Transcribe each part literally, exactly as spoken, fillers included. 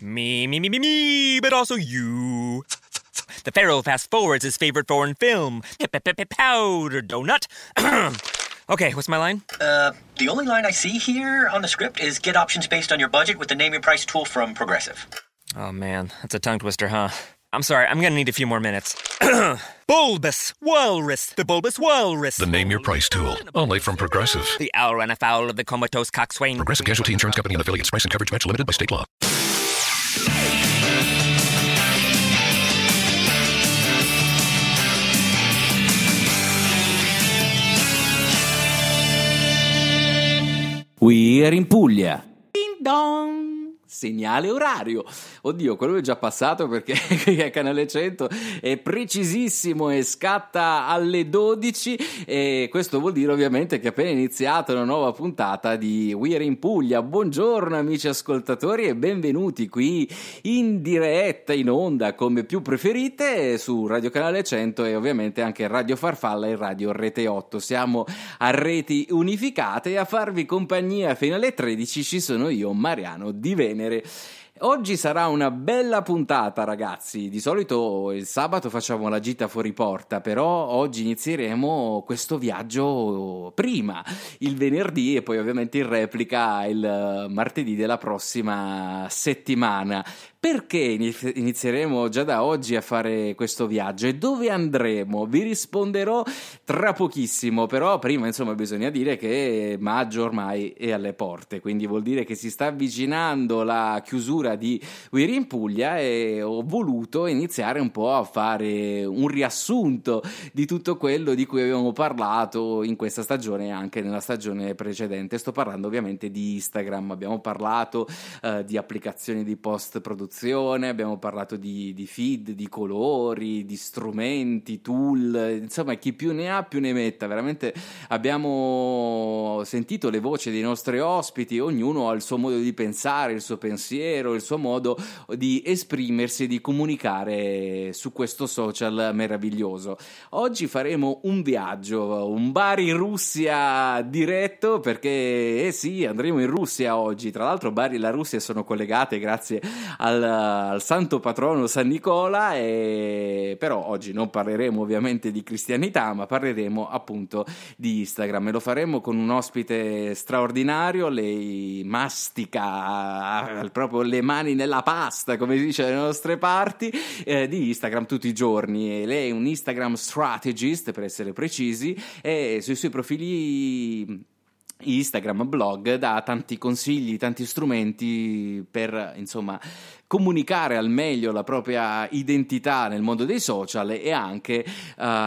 Me, me, me, me, me, but also you. The Pharaoh fast forwards his favorite foreign film, Powder Donut. Okay, what's my line? Uh, the only line I see here on the script is get options based on your budget with the Name Your Price tool from Progressive. Oh man, that's a tongue twister, huh? I'm sorry, I'm gonna need a few more minutes. Bulbous Walrus, the Bulbous Walrus. The Name Your Price tool, only from Progressive. The owl ran afoul of the comatose coxswain. Progressive Casualty Insurance Company and affiliates. Price and coverage match limited by state law. We are in Puglia. Ding dong. Segnale orario. Oddio, quello è già passato perché qui a Canale cento è precisissimo e scatta alle dodici, e questo vuol dire ovviamente che è appena iniziata una nuova puntata di We Are in Puglia. Buongiorno amici ascoltatori e benvenuti qui in diretta, in onda come più preferite, su Radio Canale cento e ovviamente anche Radio Farfalla e Radio Rete otto. Siamo a reti unificate e a farvi compagnia fino alle tredici ci sono io, Mariano Di Venere. Oggi sarà una bella puntata, ragazzi. Di solito il sabato facciamo la gita fuori porta, però oggi inizieremo questo viaggio prima, il venerdì, e poi ovviamente in replica il martedì della prossima settimana. Perché inizieremo già da oggi a fare questo viaggio e dove andremo? Vi risponderò tra pochissimo, però prima insomma bisogna dire che maggio ormai è alle porte, quindi vuol dire che si sta avvicinando la chiusura di We Are in Puglia e ho voluto iniziare un po' a fare un riassunto di tutto quello di cui avevamo parlato in questa stagione e anche nella stagione precedente. Sto parlando ovviamente di Instagram, abbiamo parlato uh, di applicazioni di post-produzione, abbiamo parlato di, di feed, di colori, di strumenti, tool, insomma chi più ne ha più ne metta. Veramente abbiamo sentito le voci dei nostri ospiti, ognuno ha il suo modo di pensare, il suo pensiero, il suo modo di esprimersi, di comunicare su questo social meraviglioso. Oggi faremo un viaggio, un Bari Russia diretto, perché eh sì, andremo in Russia oggi. Tra l'altro Bari e la Russia sono collegate grazie al al santo patrono San Nicola, e però oggi non parleremo ovviamente di cristianità, ma parleremo appunto di Instagram e lo faremo con un ospite straordinario. Lei mastica proprio le mani nella pasta, come si dice dalle nostre parti, eh, di Instagram tutti i giorni, e lei è un Instagram strategist per essere precisi, e sui suoi profili Instagram, blog, dà tanti consigli, tanti strumenti per insomma comunicare al meglio la propria identità nel mondo dei social e anche uh...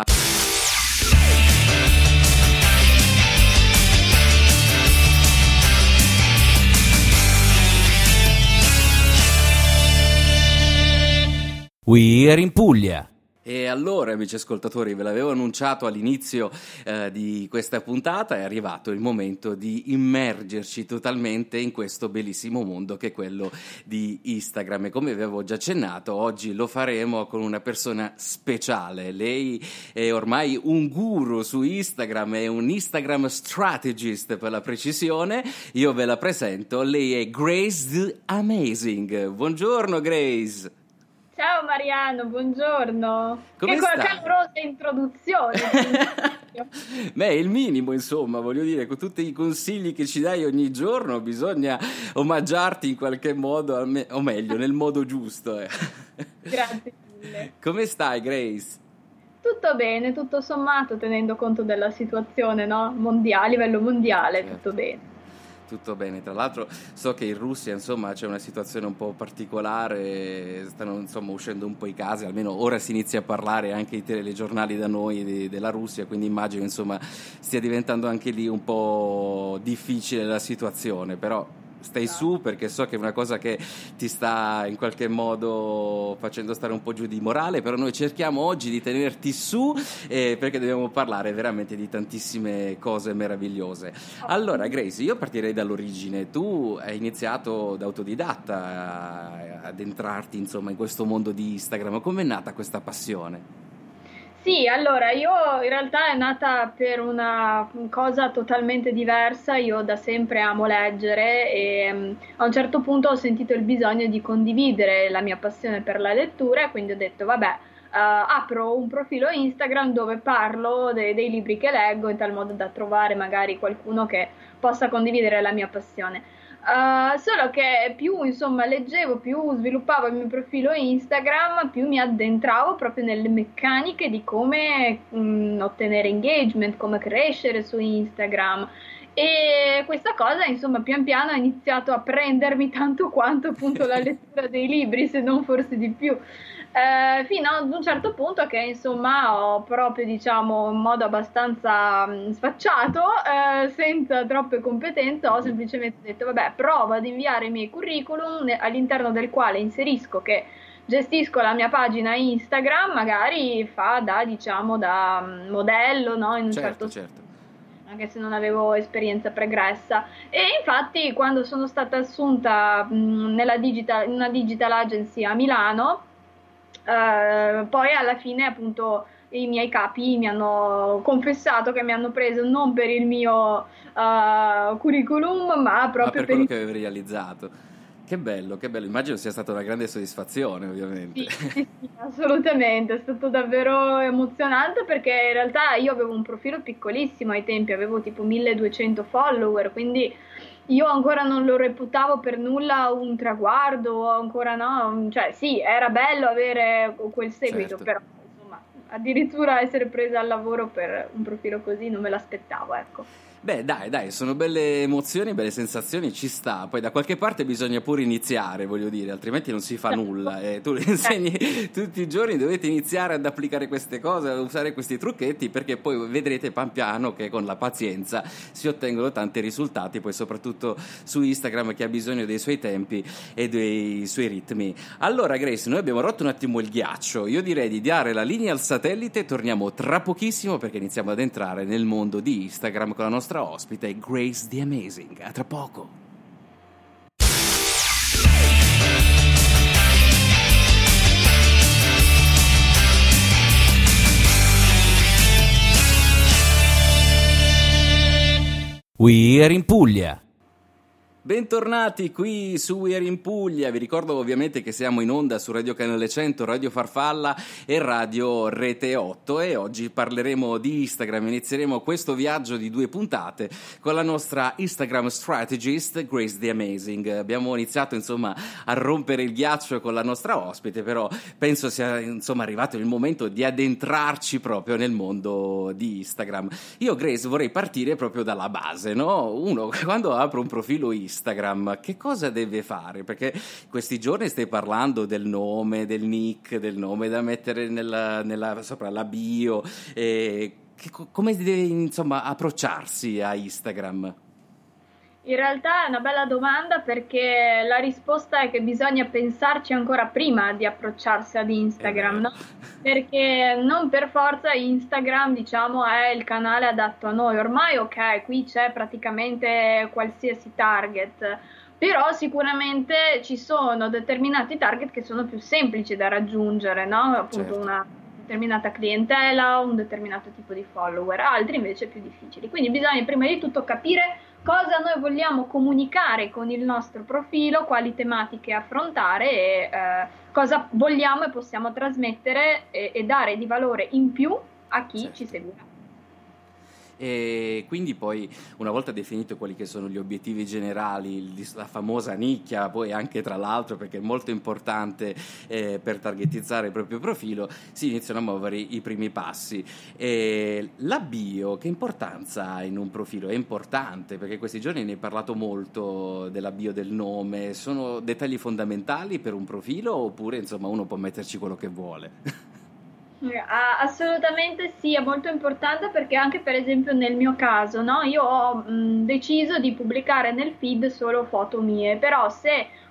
We Are in Puglia. E allora, amici ascoltatori, ve l'avevo annunciato all'inizio eh, di questa puntata, è arrivato il momento di immergerci totalmente in questo bellissimo mondo che è quello di Instagram, e come avevo già accennato oggi lo faremo con una persona speciale. Lei è ormai un guru su Instagram, è un Instagram strategist per la precisione. Io ve la presento, lei è Grace the Amazing. Buongiorno Grace. Ciao Mariano, buongiorno. Come che stai? calorosa introduzione. Beh, è il minimo, insomma, voglio dire, con tutti i consigli che ci dai ogni giorno bisogna omaggiarti in qualche modo, o meglio, nel modo giusto. Eh. Grazie mille. Come stai, Grace? Tutto bene, tutto sommato, tenendo conto della situazione, no? Mondiale, a livello mondiale, Certo. Tutto bene. Tutto bene, tra l'altro so che in Russia insomma c'è una situazione un po' particolare, stanno insomma uscendo un po' i casi, almeno ora si inizia a parlare anche i telegiornali da noi di, della Russia, quindi immagino insomma stia diventando anche lì un po' difficile la situazione, però stai su, perché so che è una cosa che ti sta in qualche modo facendo stare un po' giù di morale, però noi cerchiamo oggi di tenerti su eh, perché dobbiamo parlare veramente di tantissime cose meravigliose. Allora Grace, io partirei dall'origine. Tu hai iniziato da autodidatta ad entrarti insomma in questo mondo di Instagram. Come è nata questa passione? Sì, allora io in realtà è nata per una cosa totalmente diversa, io da sempre amo leggere e mm, a un certo punto ho sentito il bisogno di condividere la mia passione per la lettura e quindi ho detto vabbè, eh, apro un profilo Instagram dove parlo de- dei libri che leggo in tal modo da trovare magari qualcuno che possa condividere la mia passione. Uh, solo che più insomma leggevo, più sviluppavo il mio profilo Instagram, più mi addentravo proprio nelle meccaniche di come mh, ottenere engagement, come crescere su Instagram. E questa cosa, insomma, pian piano ha iniziato a prendermi tanto quanto appunto la lettura dei libri, se non forse di più. Eh, fino ad un certo punto che insomma ho proprio diciamo in modo abbastanza mh, sfacciato, eh, senza troppe competenze, ho semplicemente detto vabbè, provo ad inviare i miei curriculum ne- all'interno del quale inserisco che gestisco la mia pagina Instagram, magari fa da diciamo da mh, modello, no? In un Certo, certo certo. anche se non avevo esperienza pregressa. E infatti quando sono stata assunta mh, nella digital, in una digital agency a Milano, eh, poi alla fine appunto i miei capi mi hanno confessato che mi hanno preso non per il mio uh, curriculum, ma Ma proprio per per quello il... che avevi realizzato. Che bello, che bello. Immagino sia stata una grande soddisfazione, ovviamente. Sì, sì, sì, assolutamente, è stato davvero emozionante perché in realtà io avevo un profilo piccolissimo ai tempi, avevo tipo milleduecento follower, quindi io ancora non lo reputavo per nulla un traguardo, ancora no, cioè sì, era bello avere quel seguito, Certo. però insomma, addirittura essere presa al lavoro per un profilo così non me l'aspettavo, ecco. Beh, dai, dai, sono belle emozioni, belle sensazioni, ci sta. Poi da qualche parte bisogna pure iniziare, voglio dire, altrimenti non si fa nulla. E tu le insegni tutti i giorni, dovete iniziare ad applicare queste cose, a usare questi trucchetti, perché poi vedrete pian piano che con la pazienza si ottengono tanti risultati, poi soprattutto su Instagram che ha bisogno dei suoi tempi e dei suoi ritmi. Allora, Grace, noi abbiamo rotto un attimo il ghiaccio. Io direi di dare la linea al satellite, torniamo tra pochissimo perché iniziamo ad entrare nel mondo di Instagram con la nostra ospite Grace the Amazing. A tra poco. We are in Puglia. Bentornati qui su We Are in Puglia, vi ricordo ovviamente che siamo in onda su Radio Canale cento, Radio Farfalla e Radio Rete otto e oggi parleremo di Instagram, inizieremo questo viaggio di due puntate con la nostra Instagram strategist Grace the Amazing. Abbiamo iniziato insomma a rompere il ghiaccio con la nostra ospite, però penso sia insomma arrivato il momento di addentrarci proprio nel mondo di Instagram. Io Grace vorrei partire proprio dalla base, no? Uno quando apre un profilo Instagram Instagram, che cosa deve fare? Perché questi giorni stai parlando del nome, del nick, del nome da mettere nella, nella, sopra la bio, e che, come deve insomma approcciarsi a Instagram? In realtà è una bella domanda perché la risposta è che bisogna pensarci ancora prima di approcciarsi ad Instagram, no? Perché non per forza Instagram, diciamo, è il canale adatto a noi. Ormai, ok, qui c'è praticamente qualsiasi target, però sicuramente ci sono determinati target che sono più semplici da raggiungere, no? Appunto Certo. Una determinata clientela, un determinato tipo di follower, altri invece più difficili. Quindi bisogna prima di tutto capire cosa noi vogliamo comunicare con il nostro profilo, quali tematiche affrontare e eh, cosa vogliamo e possiamo trasmettere e, e dare di valore in più a chi Certo. ci seguirà. E quindi poi una volta definito quelli che sono gli obiettivi generali, la famosa nicchia, poi anche tra l'altro perché è molto importante eh, per targetizzare il proprio profilo, si iniziano a muovere i primi passi. E la bio, che importanza ha in un profilo? È importante perché questi giorni ne hai parlato molto della bio, del nome, sono dettagli fondamentali per un profilo oppure insomma uno può metterci quello che vuole? Assolutamente sì, è molto importante perché anche per esempio nel mio caso, no, io ho mh, deciso di pubblicare nel feed solo foto mie, però se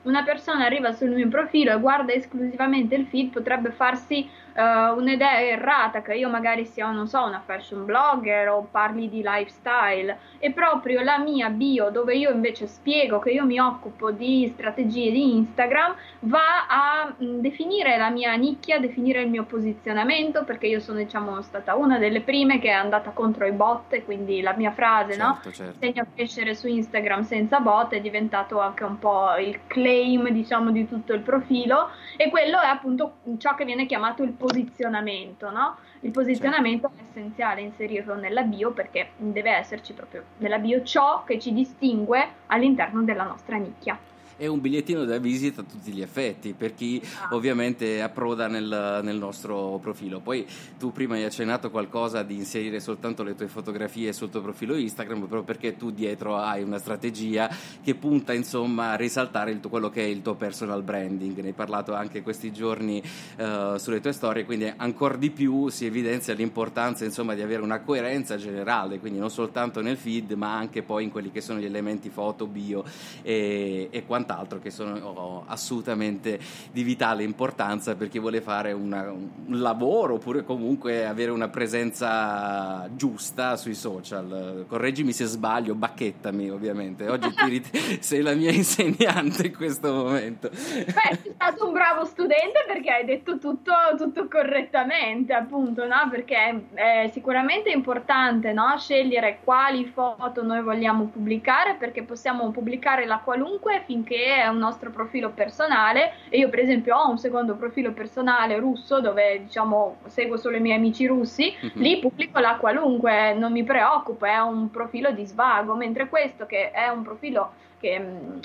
una persona arriva sul mio profilo e guarda esclusivamente il feed, potrebbe farsi uh, un'idea errata che io magari sia, non so, una fashion blogger o parli di lifestyle, e proprio la mia bio, dove io invece spiego che io mi occupo di strategie di Instagram, va a mh, definire la mia nicchia, definire il mio posizionamento, perché io sono, diciamo, stata una delle prime che è andata contro i bot, e quindi la mia frase, certo, no? certo. Insegno a crescere su Instagram senza bot è diventato anche un po' il claim, diciamo, di tutto il profilo, e quello è appunto ciò che viene chiamato il posizionamento, no? Il posizionamento certo. È essenziale inserirlo nella bio, perché deve esserci proprio nella bio ciò che ci distingue all'interno della nostra nicchia. È un bigliettino da visita a tutti gli effetti per chi ah. ovviamente approda nel, nel nostro profilo. Poi tu prima hai accennato qualcosa di inserire soltanto le tue fotografie sul tuo profilo Instagram, proprio perché tu dietro hai una strategia che punta insomma a risaltare il tuo, quello che è il tuo personal branding. Ne hai parlato anche questi giorni uh, sulle tue storie, quindi ancora di più si evidenzia l'importanza insomma di avere una coerenza generale, quindi non soltanto nel feed ma anche poi in quelli che sono gli elementi foto, bio e, e quant'altro, che sono oh, assolutamente di vitale importanza per chi vuole fare una, un lavoro oppure comunque avere una presenza giusta sui social. Correggimi se sbaglio, bacchettami ovviamente, oggi tu rit- sei la mia insegnante in questo momento. Beh, sei stato un bravo studente perché hai detto tutto, tutto correttamente, appunto, no? Perché è sicuramente importante, no? Scegliere quali foto noi vogliamo pubblicare, perché possiamo pubblicare la qualunque finché è un nostro profilo personale, e io per esempio ho un secondo profilo personale russo dove, diciamo, seguo solo i miei amici russi, mm-hmm. lì pubblico la qualunque, non mi preoccupo, è un profilo di svago, mentre questo che è un profilo che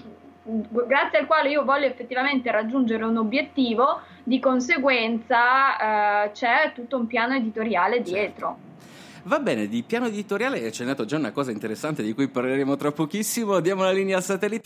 grazie al quale io voglio effettivamente raggiungere un obiettivo, di conseguenza eh, c'è tutto un piano editoriale dietro. Certo. Va bene, di piano editoriale hai accennato già una cosa interessante di cui parleremo tra pochissimo. Diamo la linea al satellite.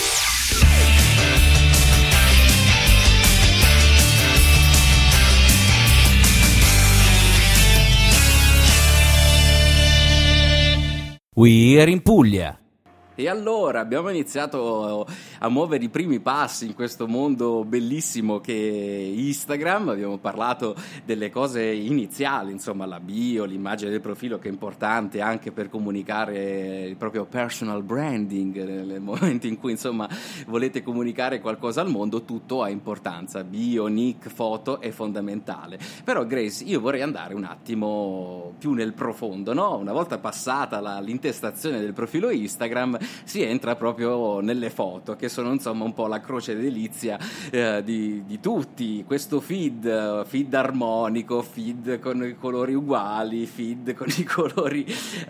We're in Puglia. E allora abbiamo iniziato a muovere i primi passi in questo mondo bellissimo che è Instagram. Abbiamo parlato delle cose iniziali, insomma la bio, l'immagine del profilo, che è importante anche per comunicare il proprio personal branding nel momento in cui insomma volete comunicare qualcosa al mondo. Tutto ha importanza, bio, nick, foto è fondamentale. Però Grace, io vorrei andare un attimo più nel profondo, no? Una volta passata la, l'intestazione del profilo Instagram, si entra proprio nelle foto, che sono insomma un po' la croce delizia eh, di, di tutti. Questo feed, feed armonico, feed con i colori uguali, feed con i colori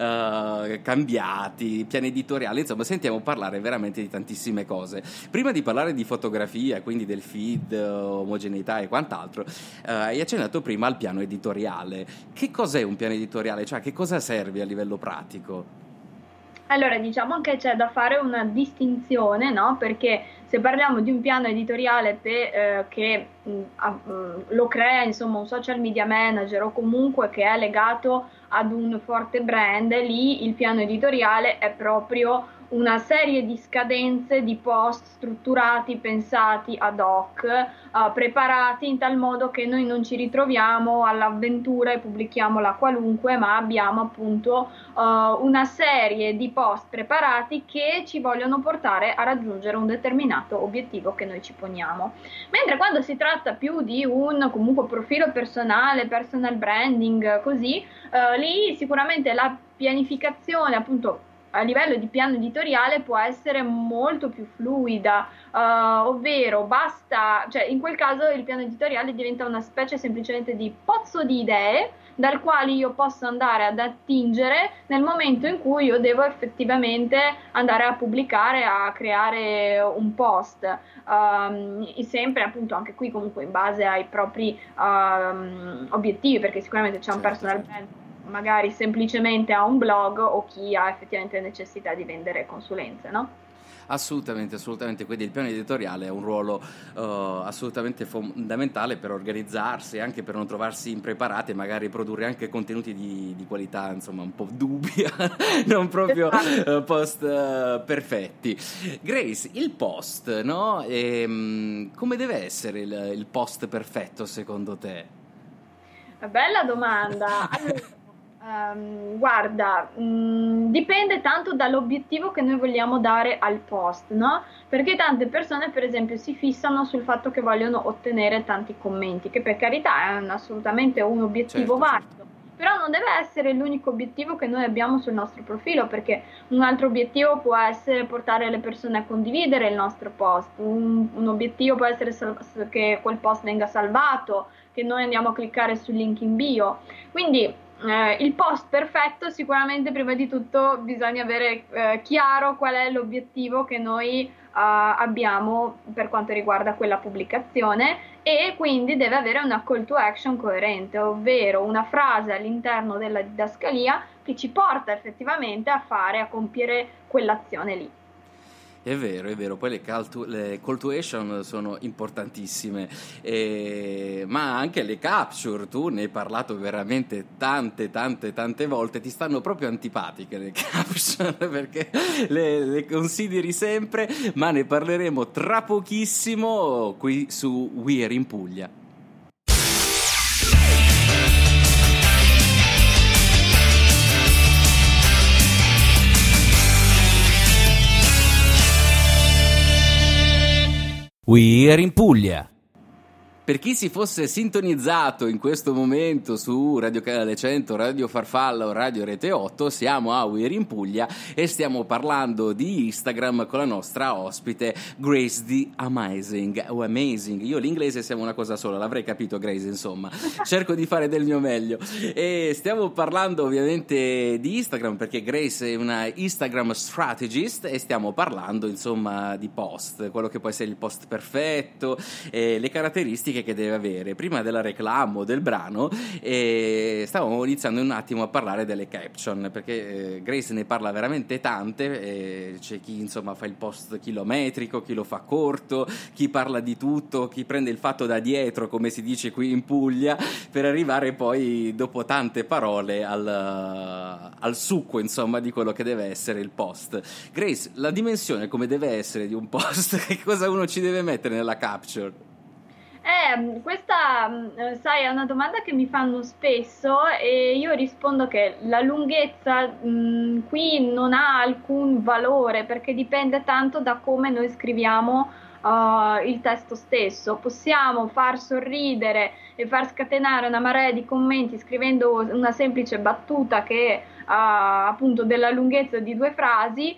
eh, cambiati, piani editoriali, insomma sentiamo parlare veramente di tantissime cose. Prima di parlare di fotografia, quindi del feed, omogeneità e quant'altro, eh, hai accennato prima al piano editoriale. Che cos'è un piano editoriale? Cioè, che cosa serve a livello pratico? Allora, diciamo che c'è da fare una distinzione, no? Perché se parliamo di un piano editoriale per, eh, che mh, mh, lo crea insomma un social media manager o comunque che è legato ad un forte brand, lì il piano editoriale è proprio una serie di scadenze di post strutturati, pensati ad hoc, uh, preparati in tal modo che noi non ci ritroviamo all'avventura e pubblichiamo la qualunque, ma abbiamo appunto uh, una serie di post preparati che ci vogliono portare a raggiungere un determinato obiettivo che noi ci poniamo. Mentre quando si tratta più di un comunque profilo personale, personal branding, così, uh, lì sicuramente la pianificazione appunto a livello di piano editoriale può essere molto più fluida, uh, ovvero basta, cioè in quel caso il piano editoriale diventa una specie semplicemente di pozzo di idee dal quale io posso andare ad attingere nel momento in cui io devo effettivamente andare a pubblicare, a creare un post, um, sempre appunto anche qui comunque in base ai propri um, obiettivi, perché sicuramente c'è un personal brand magari semplicemente ha un blog o chi ha effettivamente necessità di vendere consulenze, no? Assolutamente, assolutamente, quindi il piano editoriale ha un ruolo uh, assolutamente fondamentale per organizzarsi, anche per non trovarsi impreparati e magari produrre anche contenuti di, di qualità, insomma, un po' dubbia, non proprio uh, post uh, perfetti. Grace, il post, no? E, um, come deve essere il, il post perfetto secondo te? Bella domanda. Allora, Um, guarda, mh, dipende tanto dall'obiettivo che noi vogliamo dare al post, no? Perché tante persone, per esempio, si fissano sul fatto che vogliono ottenere tanti commenti, che per carità è un, assolutamente un obiettivo Certo, valido, certo. però non deve essere l'unico obiettivo che noi abbiamo sul nostro profilo, perché un altro obiettivo può essere portare le persone a condividere il nostro post, un, un obiettivo può essere sal- che quel post venga salvato, che noi andiamo a cliccare sul link in bio, quindi Eh, il post perfetto sicuramente prima di tutto bisogna avere eh, chiaro qual è l'obiettivo che noi eh, abbiamo per quanto riguarda quella pubblicazione e quindi deve avere una call to action coerente, ovvero una frase all'interno della didascalia che ci porta effettivamente a fare, a compiere quell'azione lì. È vero, è vero, poi le call to, le call to action sono importantissime, eh, ma anche le capture, tu ne hai parlato veramente tante, tante, tante volte, ti stanno proprio antipatiche le caption perché le, le consideri sempre, ma ne parleremo tra pochissimo qui su We Are in Puglia. We Are in Puglia. Per chi si fosse sintonizzato in questo momento su Radio Canale cento, Radio Farfalla o Radio Rete otto, siamo a We Are in Puglia e stiamo parlando di Instagram con la nostra ospite Grace the Amazing o Amazing. Io l'inglese siamo una cosa sola, l'avrei capito Grace, insomma. Cerco di fare del mio meglio. E stiamo parlando ovviamente di Instagram perché Grace è una Instagram strategist e stiamo parlando insomma di post, quello che può essere il post perfetto e le caratteristiche che deve avere. Prima della reclamo del brano e stavamo iniziando un attimo a parlare delle caption perché eh, Grace ne parla veramente tante, e c'è chi insomma fa il post chilometrico, chi lo fa corto, chi parla di tutto, chi prende il fatto da dietro come si dice qui in Puglia per arrivare poi dopo tante parole al, al succo insomma di quello che deve essere il post. Grace, la dimensione come deve essere di un post, che cosa uno ci deve mettere nella capture? Eh, questa, eh, sai, è una domanda che mi fanno spesso e io rispondo che la lunghezza mh, qui non ha alcun valore perché dipende tanto da come noi scriviamo uh, il testo stesso. Possiamo far sorridere e far scatenare una marea di commenti scrivendo una semplice battuta che ha appunto della lunghezza di due frasi,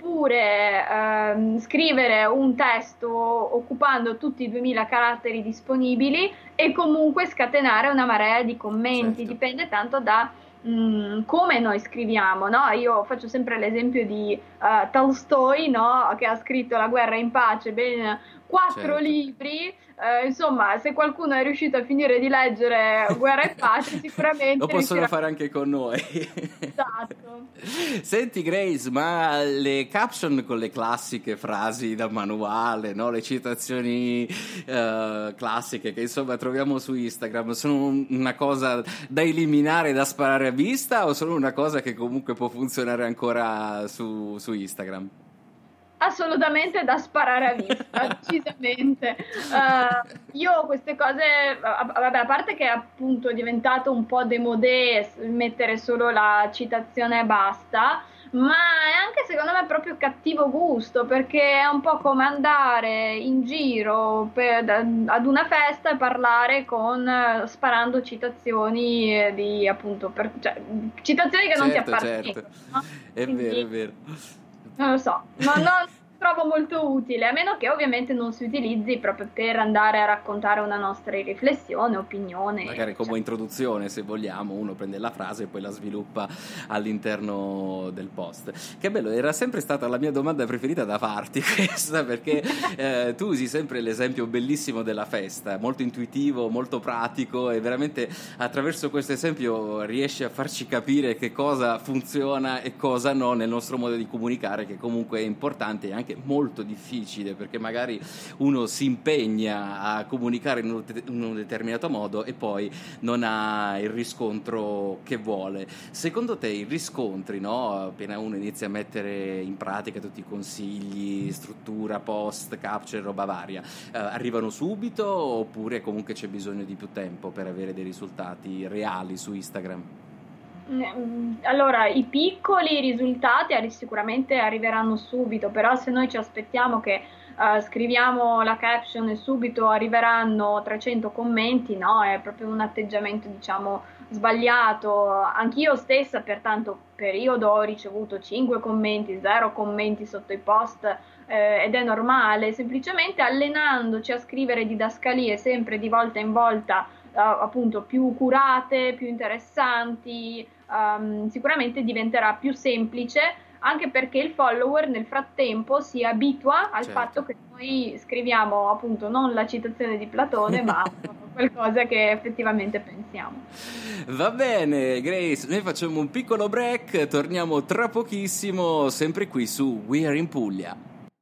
oppure ehm, scrivere un testo occupando tutti i duemila caratteri disponibili e comunque scatenare una marea di commenti. Certo. Dipende tanto da mh, come noi scriviamo, no? Io faccio sempre l'esempio di uh, Tolstoi, no? Che ha scritto La guerra in pace, ben quattro certo. libri. Uh, insomma, se qualcuno è riuscito a finire di leggere Guerra e Pace, sicuramente lo possono riuscirà... fare anche con noi. Esatto. Senti Grace, ma le caption con le classiche frasi da manuale, no? Le citazioni uh, classiche che insomma troviamo su Instagram, sono una cosa da eliminare, da sparare a vista, o sono una cosa che comunque può funzionare ancora su, su Instagram? Assolutamente da sparare a vista, decisamente. Uh, io queste cose, vabbè, a parte che è appunto diventato un po' démodé mettere solo la citazione e basta, ma è anche secondo me proprio cattivo gusto, perché è un po' come andare in giro per, ad una festa e parlare con sparando citazioni di appunto per, cioè, citazioni che certo, non ti appartengono. Certo. No? È Quindi, vero, è vero. Non lo so, ma non trovo molto utile, a meno che ovviamente non si utilizzi proprio per andare a raccontare una nostra riflessione, opinione. Magari come cioè. introduzione, se vogliamo, uno prende la frase e poi la sviluppa all'interno del post. Che bello, era sempre stata la mia domanda preferita da farti questa, perché eh, tu usi sempre l'esempio bellissimo della festa, molto intuitivo, molto pratico, e veramente attraverso questo esempio riesci a farci capire che cosa funziona e cosa no nel nostro modo di comunicare, che comunque è importante e anche anche molto difficile, perché magari uno si impegna a comunicare in un, in un determinato modo e poi non ha il riscontro che vuole. Secondo te i riscontri, no, appena uno inizia a mettere in pratica tutti i consigli, struttura, post, capture, roba varia, eh, arrivano subito oppure comunque c'è bisogno di più tempo per avere dei risultati reali su Instagram? Allora, i piccoli risultati sicuramente arriveranno subito, però se noi ci aspettiamo che uh, scriviamo la caption e subito arriveranno trecento commenti, no, è proprio un atteggiamento, diciamo, sbagliato. Anch'io stessa per tanto periodo ho ricevuto cinque commenti, zero commenti sotto i post, eh, ed è normale. Semplicemente allenandoci a scrivere didascalie sempre di volta in volta, Uh, appunto più curate, più interessanti, um, sicuramente diventerà più semplice, anche perché il follower nel frattempo si abitua al certo. fatto che noi scriviamo appunto non la citazione di Platone ma qualcosa che effettivamente pensiamo. Va bene Grace, noi facciamo un piccolo break, torniamo tra pochissimo sempre qui su We Are in Puglia.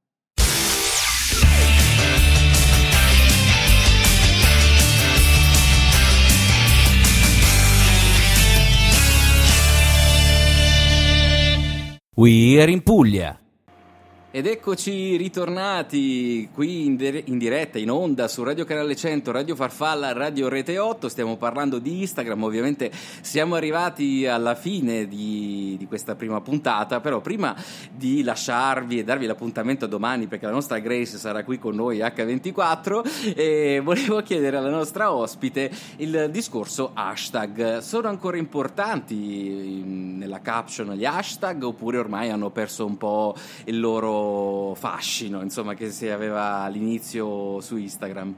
We Are in Puglia. Ed eccoci ritornati qui in, de- in diretta, in onda su Radio Canale cento, Radio Farfalla, Radio Rete otto. Stiamo parlando di Instagram, ovviamente siamo arrivati alla fine di, di questa prima puntata, però prima di lasciarvi e darvi l'appuntamento domani, perché la nostra Grace sarà qui con noi acca ventiquattro, e volevo chiedere alla nostra ospite il discorso hashtag. Sono ancora importanti nella caption gli hashtag oppure ormai hanno perso un po' il loro fascino, insomma, che si aveva all'inizio su Instagram?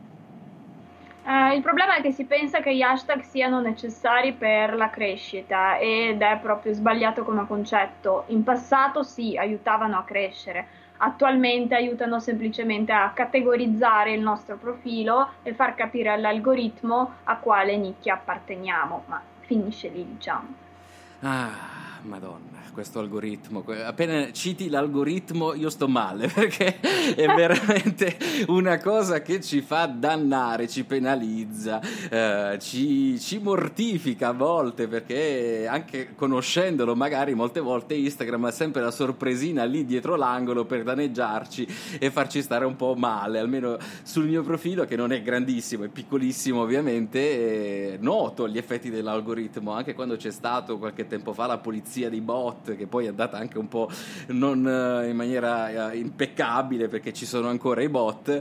Eh, il problema è che si pensa che gli hashtag siano necessari per la crescita ed è proprio sbagliato come concetto. In passato sì, aiutavano a crescere, attualmente aiutano semplicemente a categorizzare il nostro profilo e far capire all'algoritmo a quale nicchia apparteniamo, ma finisce lì, diciamo. Ah, Madonna, questo algoritmo, appena citi l'algoritmo io sto male, perché è veramente una cosa che ci fa dannare, ci penalizza, eh, ci, ci mortifica a volte, perché anche conoscendolo magari molte volte Instagram ha sempre la sorpresina lì dietro l'angolo per danneggiarci e farci stare un po' male. Almeno sul mio profilo, che non è grandissimo, è piccolissimo ovviamente, eh, noto gli effetti dell'algoritmo, anche quando c'è stato qualche tempo fa la polizia dei bot, che poi è andata anche un po' non in maniera impeccabile, perché ci sono ancora i bot,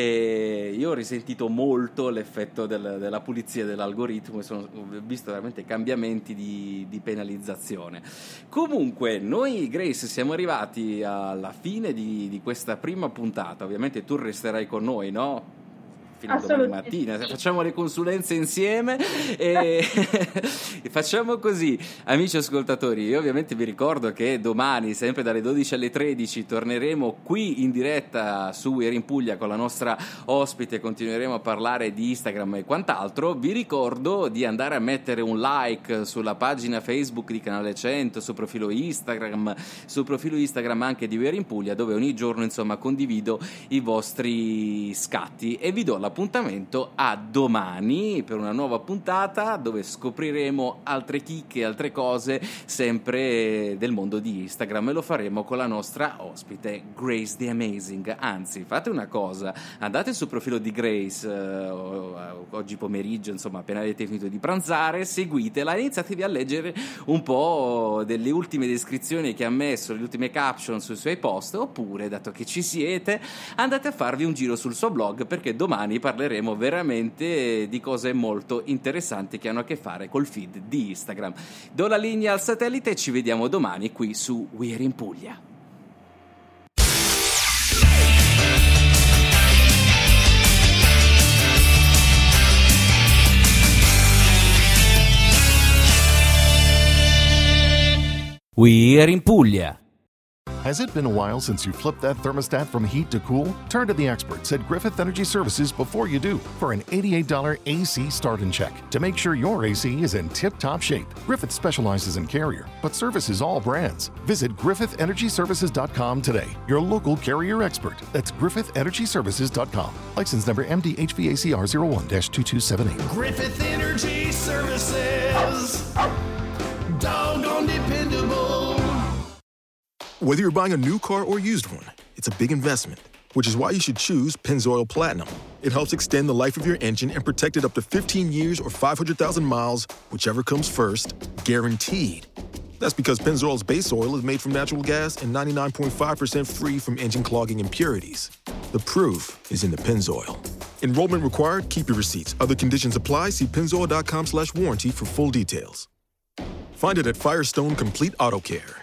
e io ho risentito molto l'effetto del, della pulizia dell'algoritmo e sono, ho visto veramente cambiamenti di, di penalizzazione. Comunque noi, Grace, siamo arrivati alla fine di, di questa prima puntata. Ovviamente tu resterai con noi, no? Fino a domani mattina, sì. Facciamo le consulenze insieme e facciamo così, amici ascoltatori. Io ovviamente vi ricordo che domani, sempre dalle dodici alle tredici, torneremo qui in diretta su We Are in Puglia con la nostra ospite, continueremo a parlare di Instagram e quant'altro. Vi ricordo di andare a mettere un like sulla pagina Facebook di Canale cento, sul profilo Instagram, sul profilo Instagram anche di We Are in Puglia, dove ogni giorno insomma condivido i vostri scatti, e vi do la appuntamento a domani per una nuova puntata dove scopriremo altre chicche, altre cose sempre del mondo di Instagram, e lo faremo con la nostra ospite Grace the Amazing. Anzi, fate una cosa, andate sul profilo di Grace eh, oggi pomeriggio, insomma appena avete finito di pranzare, seguitela e iniziatevi a leggere un po' delle ultime descrizioni che ha messo, le ultime caption sui suoi post, oppure, dato che ci siete, andate a farvi un giro sul suo blog, perché domani parleremo veramente di cose molto interessanti che hanno a che fare col feed di Instagram. Do la linea al satellite e ci vediamo domani qui su We Are in Puglia. We Are in Puglia. Has it been a while since you flipped that thermostat from heat to cool? Turn to the experts at Griffith Energy Services before you do for an eighty-eight dollars A C start and check to make sure your A C is in tip-top shape. Griffith specializes in Carrier, but services all brands. Visit griffith energy services dot com today. Your local Carrier expert. That's griffith energy services dot com. License number M D H V A C R zero one dash two two seven eight. Griffith Energy Services. Doggone dependable. Whether you're buying a new car or used one, it's a big investment, which is why you should choose Pennzoil Platinum. It helps extend the life of your engine and protect it up to fifteen years or five hundred thousand miles, whichever comes first, guaranteed. That's because Pennzoil's base oil is made from natural gas and ninety-nine point five percent free from engine clogging impurities. The proof is in the Pennzoil. Enrollment required. Keep your receipts. Other conditions apply. See pennzoil dot com slash warranty for full details. Find it at Firestone Complete Auto Care.